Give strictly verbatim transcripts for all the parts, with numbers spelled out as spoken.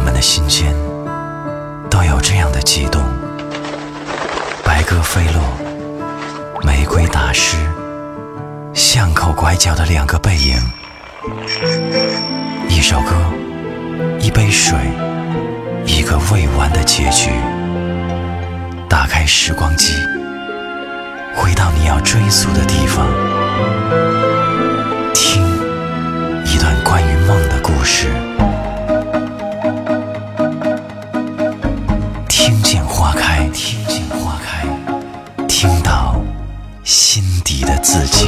们的心间都有这样的悸动。白鸽飞落，玫瑰打湿，巷口拐角的两个背影，一首歌，一杯水，一个未完的结局。打开时光机，回到你要追溯的地方，听一段关于梦的故事。听见花开，听见花开，听到心底的自己。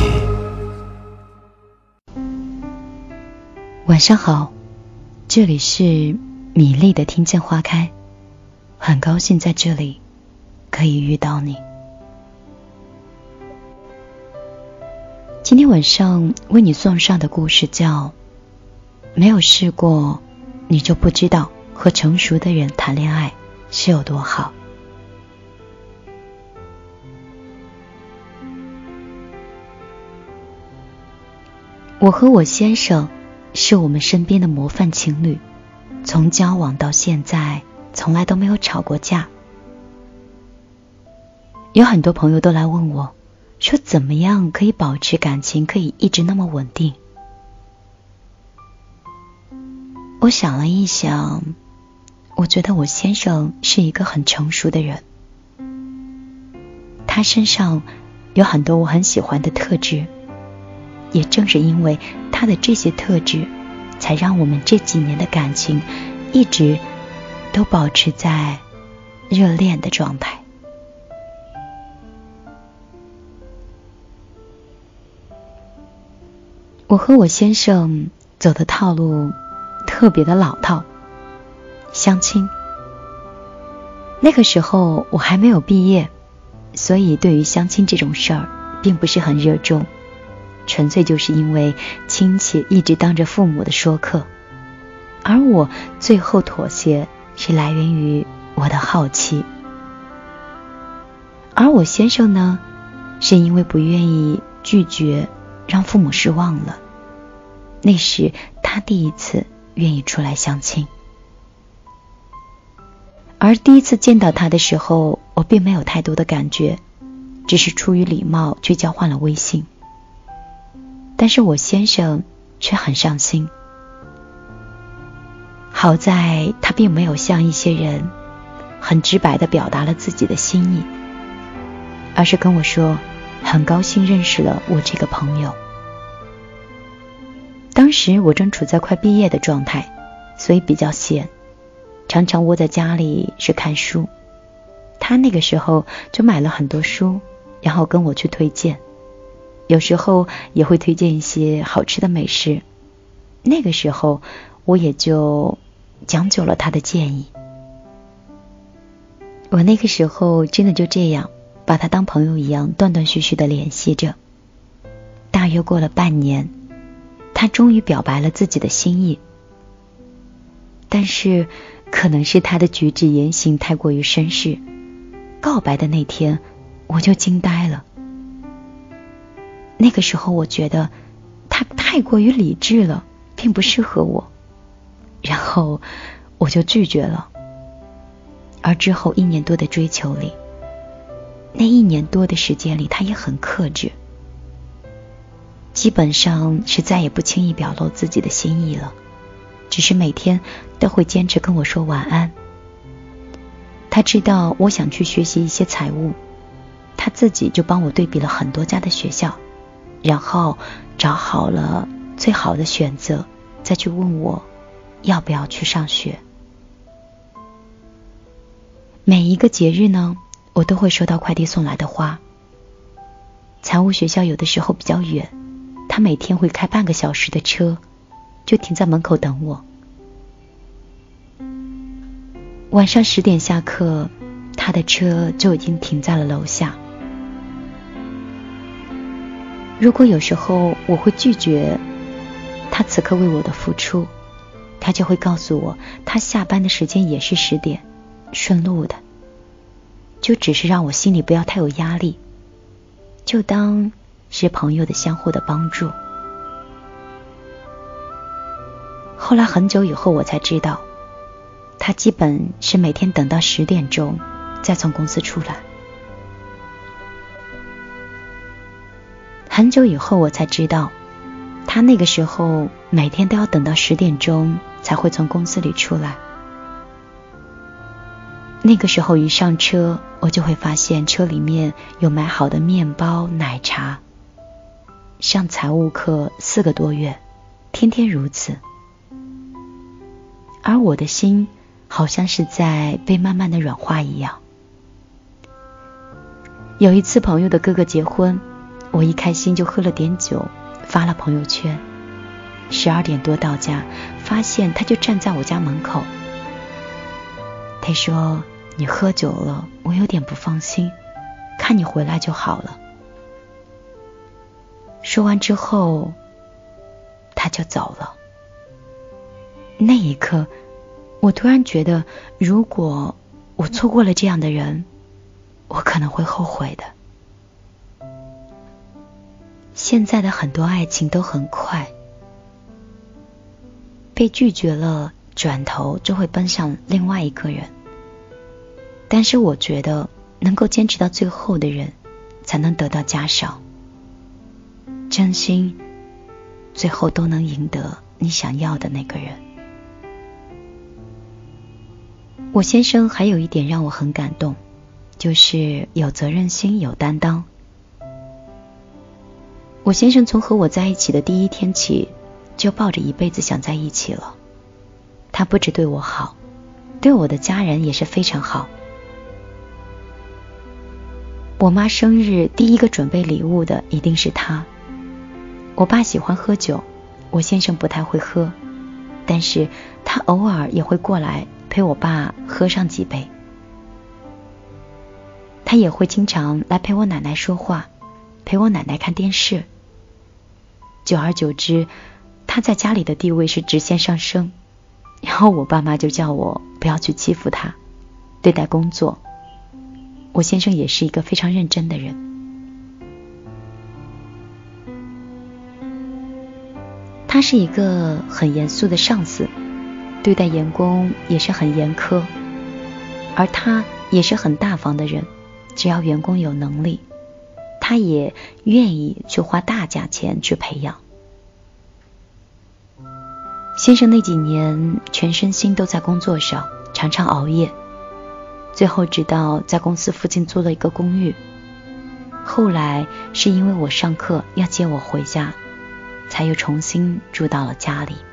晚上好，这里是米粒的听见花开，很高兴在这里可以遇到你。今天晚上为你送上的故事叫没有试过你就不知道和成熟的人谈恋爱是有多好。我和我先生是我们身边的模范情侣，从交往到现在从来都没有吵过架。有很多朋友都来问我，说怎么样可以保持感情可以一直那么稳定。我想了一想，我觉得我先生是一个很成熟的人，他身上有很多我很喜欢的特质，也正是因为他的这些特质，才让我们这几年的感情一直都保持在热恋的状态。我和我先生走的套路特别的老套，相亲。那个时候我还没有毕业，所以对于相亲这种事儿并不是很热衷，纯粹就是因为亲戚一直当着父母的说客，而我最后妥协是来源于我的好奇。而我先生呢，是因为不愿意拒绝让父母失望了，那时他第一次愿意出来相亲。而第一次见到他的时候，我并没有太多的感觉，只是出于礼貌去交换了微信。但是我先生却很上心，好在他并没有像一些人很直白地表达了自己的心意，而是跟我说很高兴认识了我这个朋友。当时我正处在快毕业的状态，所以比较闲，常常窝在家里是看书。他那个时候就买了很多书，然后跟我去推荐，有时候也会推荐一些好吃的美食。那个时候我也就讲究了他的建议。我那个时候真的就这样把他当朋友一样断断续续的联系着。大约过了半年，他终于表白了自己的心意，但是可能是他的举止言行太过于绅士，告白的那天我就惊呆了。那个时候我觉得他太过于理智了，并不适合我，然后我就拒绝了。而之后一年多的追求里，那一年多的时间里，他也很克制，基本上是再也不轻易表露自己的心意了，只是每天都会坚持跟我说晚安。他知道我想去学习一些财务，他自己就帮我对比了很多家的学校，然后找好了最好的选择，再去问我要不要去上学。每一个节日呢，我都会收到快递送来的花。财务学校有的时候比较远，他每天会开半个小时的车，就停在门口等我。晚上十点下课，他的车就已经停在了楼下。如果有时候我会拒绝他此刻为我的付出，他就会告诉我他下班的时间也是十点，顺路的，就只是让我心里不要太有压力，就当是朋友的相互的帮助。后来很久以后我才知道， 他基本是每天等到十点钟再从公司出来。很久以后我才知道，他那个时候每天都要等到十点钟才会从公司里出来。那个时候一上车，我就会发现车里面有买好的面包、奶茶。上财务课四个多月，天天如此。而我的心好像是在被慢慢的软化一样。有一次朋友的哥哥结婚，我一开心就喝了点酒，发了朋友圈。十二点多到家，发现他就站在我家门口。他说，你喝酒了，我有点不放心，看你回来就好了。说完之后，他就走了。那一刻，我突然觉得，如果我错过了这样的人，我可能会后悔的。现在的很多爱情都很快，被拒绝了，转头就会奔向另外一个人。但是我觉得，能够坚持到最后的人，才能得到嘉赏。真心，最后都能赢得你想要的那个人。我先生还有一点让我很感动，就是有责任心，有担当。我先生从和我在一起的第一天起，就抱着一辈子想在一起了。他不只对我好，对我的家人也是非常好。我妈生日第一个准备礼物的一定是他。我爸喜欢喝酒，我先生不太会喝，但是他偶尔也会过来陪我爸喝上几杯。他也会经常来陪我奶奶说话，陪我奶奶看电视。久而久之，他在家里的地位是直线上升，然后我爸妈就叫我不要去欺负他，对待工作。我先生也是一个非常认真的人。他是一个很严肃的上司，对待员工也是很严苛，而他也是很大方的人，只要员工有能力，他也愿意去花大价钱去培养。先生那几年全身心都在工作上，常常熬夜，最后直到在公司附近租了一个公寓。后来是因为我上课要接我回家，才又重新住到了家里。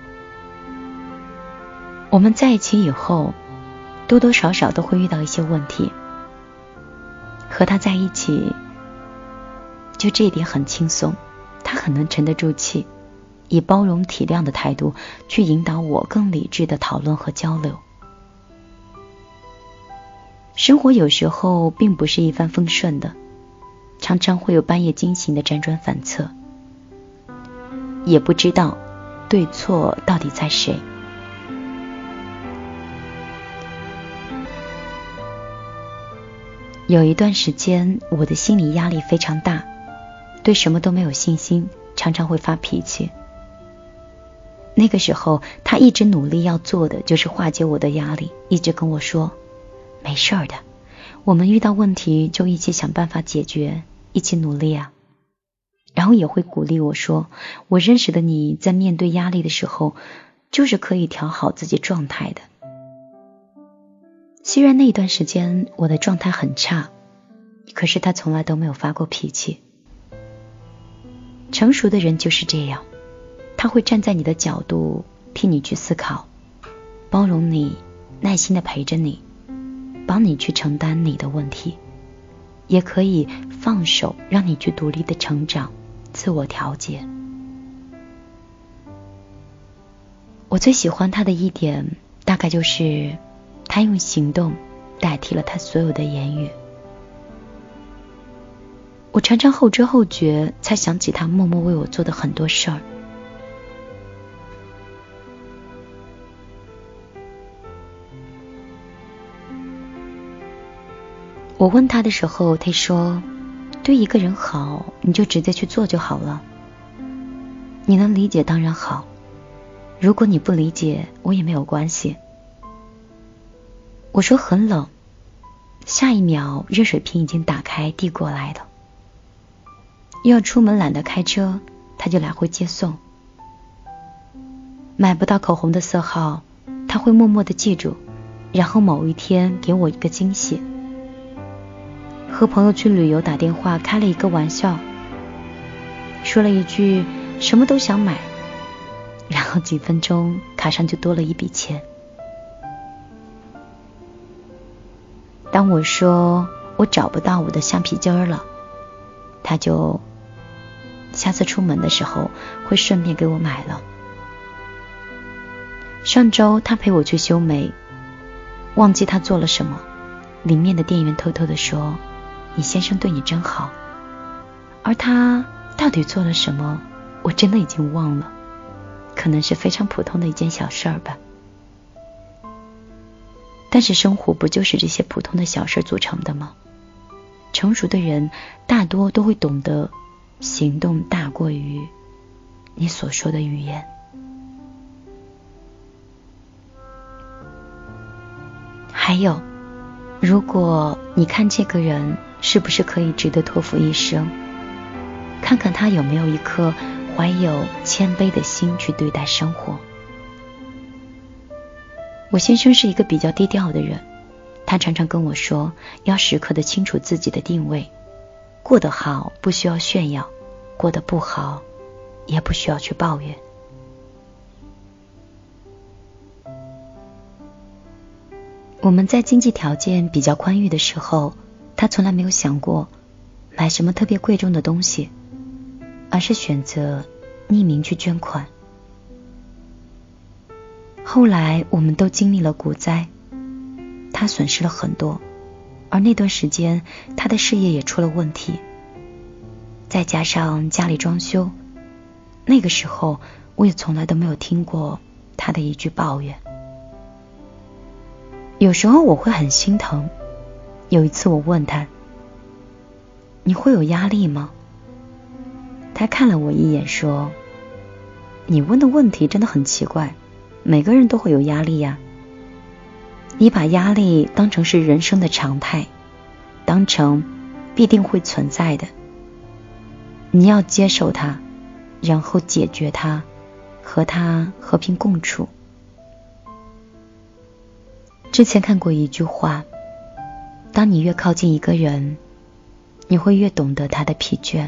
我们在一起以后，多多少少都会遇到一些问题。和他在一起，就这一点很轻松，他很能沉得住气，以包容体谅的态度去引导我更理智的讨论和交流。生活有时候并不是一帆风顺的，常常会有半夜惊醒的辗转反侧，也不知道对错到底在谁。有一段时间，我的心理压力非常大，对什么都没有信心，常常会发脾气。那个时候，他一直努力要做的就是化解我的压力，一直跟我说，没事的，我们遇到问题就一起想办法解决，一起努力啊。然后也会鼓励我说，我认识的你在面对压力的时候，就是可以调好自己状态的。虽然那段时间我的状态很差，可是他从来都没有发过脾气。成熟的人就是这样，他会站在你的角度替你去思考，包容你，耐心地陪着你，帮你去承担你的问题，也可以放手让你去独立的成长，自我调节。我最喜欢他的一点，大概就是他用行动代替了他所有的言语。我常常后知后觉，才想起他默默为我做的很多事儿。我问他的时候，他说，对一个人好，你就直接去做就好了。你能理解当然好，如果你不理解，我也没有关系。 我说很冷，下一秒热水瓶已经打开递过来了。要出门懒得开车，他就来回接送。买不到口红的色号，他会默默地记住，然后某一天给我一个惊喜。和朋友去旅游打电话开了一个玩笑，说了一句什么都想买，然后几分钟卡上就多了一笔钱。当我说我找不到我的橡皮筋儿了，他就下次出门的时候会顺便给我买了。上周他陪我去修眉，忘记他做了什么，里面的店员偷偷地说，你先生对你真好。而他到底做了什么，我真的已经忘了，可能是非常普通的一件小事儿吧。但是生活不就是这些普通的小事组成的吗？成熟的人大多都会懂得行动大过于你所说的语言。还有，如果你看这个人是不是可以值得托付一生，看看他有没有一颗怀有谦卑的心去对待生活。我先生是一个比较低调的人，他常常跟我说，要时刻的清楚自己的定位，过得好不需要炫耀，过得不好也不需要去抱怨。我们在经济条件比较宽裕的时候，他从来没有想过买什么特别贵重的东西，而是选择匿名去捐款。后来我们都经历了股灾，他损失了很多，而那段时间他的事业也出了问题，再加上家里装修，那个时候我也从来都没有听过他的一句抱怨。有时候我会很心疼，有一次我问他，你会有压力吗？他看了我一眼说，你问的问题真的很奇怪，每个人都会有压力呀。你把压力当成是人生的常态，当成必定会存在的，你要接受它，然后解决它，和它和平共处。之前看过一句话，当你越靠近一个人，你会越懂得他的疲倦。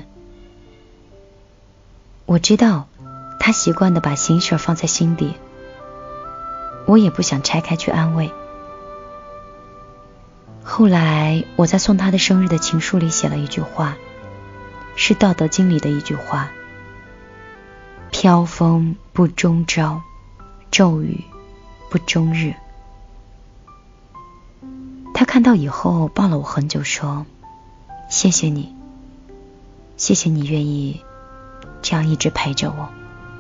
我知道他习惯地把心事放在心底，我也不想拆开去安慰。后来我在送他的生日的情书里写了一句话，是《道德经》里的一句话，飘风不终朝，骤雨不终日。他看到以后抱了我很久，说，谢谢你，谢谢你愿意这样一直陪着我。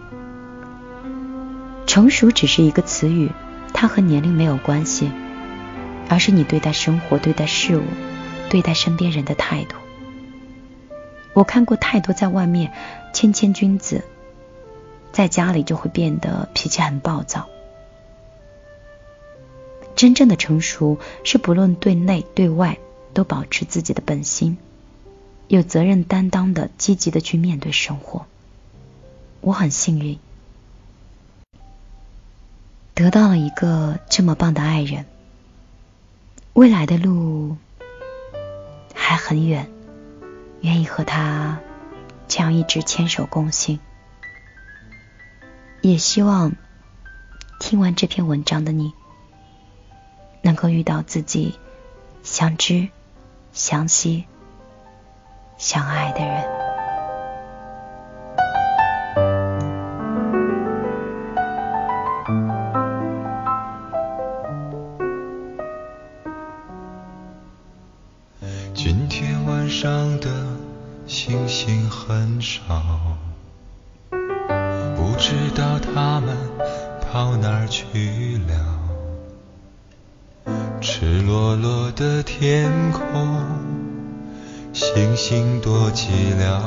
成熟只是一个词语，它和年龄没有关系，而是你对待生活、对待事物、对待身边人的态度。我看过太多在外面谦谦君子，在家里就会变得脾气很暴躁。真正的成熟是不论对内对外都保持自己的本心，有责任担当的积极的去面对生活。我很幸运得到了一个这么棒的爱人，未来的路还很远，愿意和他这样一直牵手共行。也希望听完这篇文章的你能够遇到自己相知、相惜、相爱的人。 今天晚上的星星很少，不知道他们跑哪儿去了。赤裸裸的天空，星星多寂寥。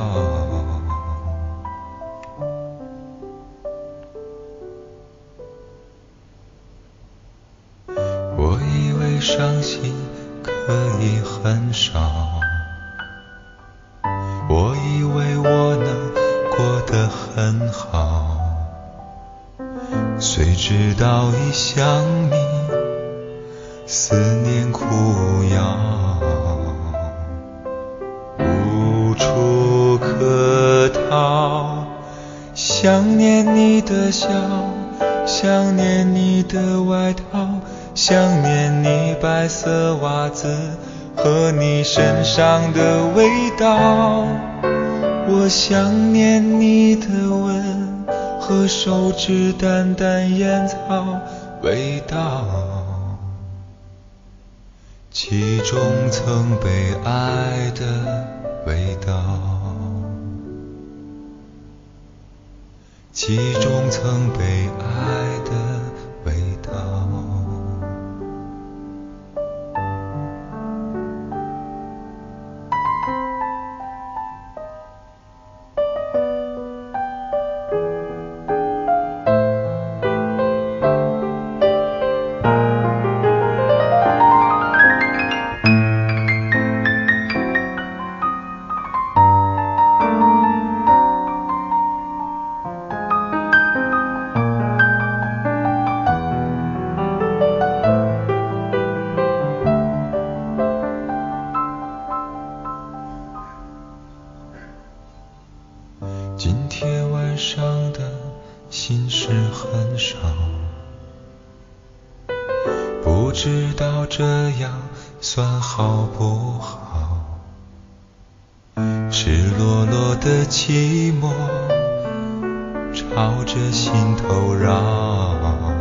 我以为伤心可以很少，我以为我能过得很好，谁知道一想你，思念苦药，无处可逃，想念你的笑，想念你的外套，想念你白色袜子和你身上的味道，我想念你的吻和手指淡淡烟草味道，其中曾被爱的味道，其中曾被爱的味道。今天晚上的心事很少，不知道这样算好不好，赤裸裸的寂寞朝着心头绕，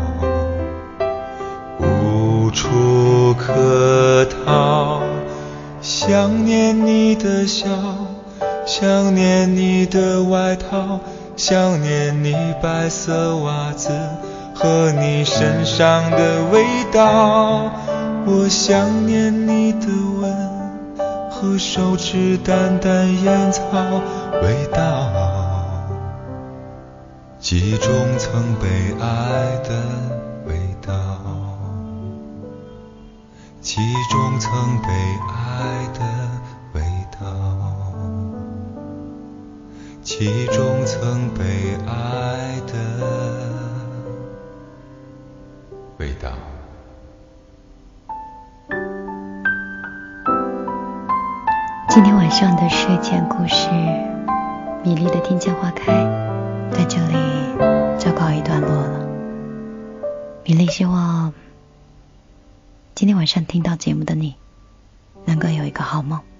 无处可逃，想念你的笑，想念你的外套，想念你白色袜子和你身上的味道，我想念你的吻和手指淡淡烟草味道，记忆中曾被爱的味道，记忆中曾被爱的味道，记忆中曾被爱的味道。 今天晚上的睡前故事，米粒的听见花开在这里就告一段落了。米粒希望今天晚上听到节目的你能够有一个好梦。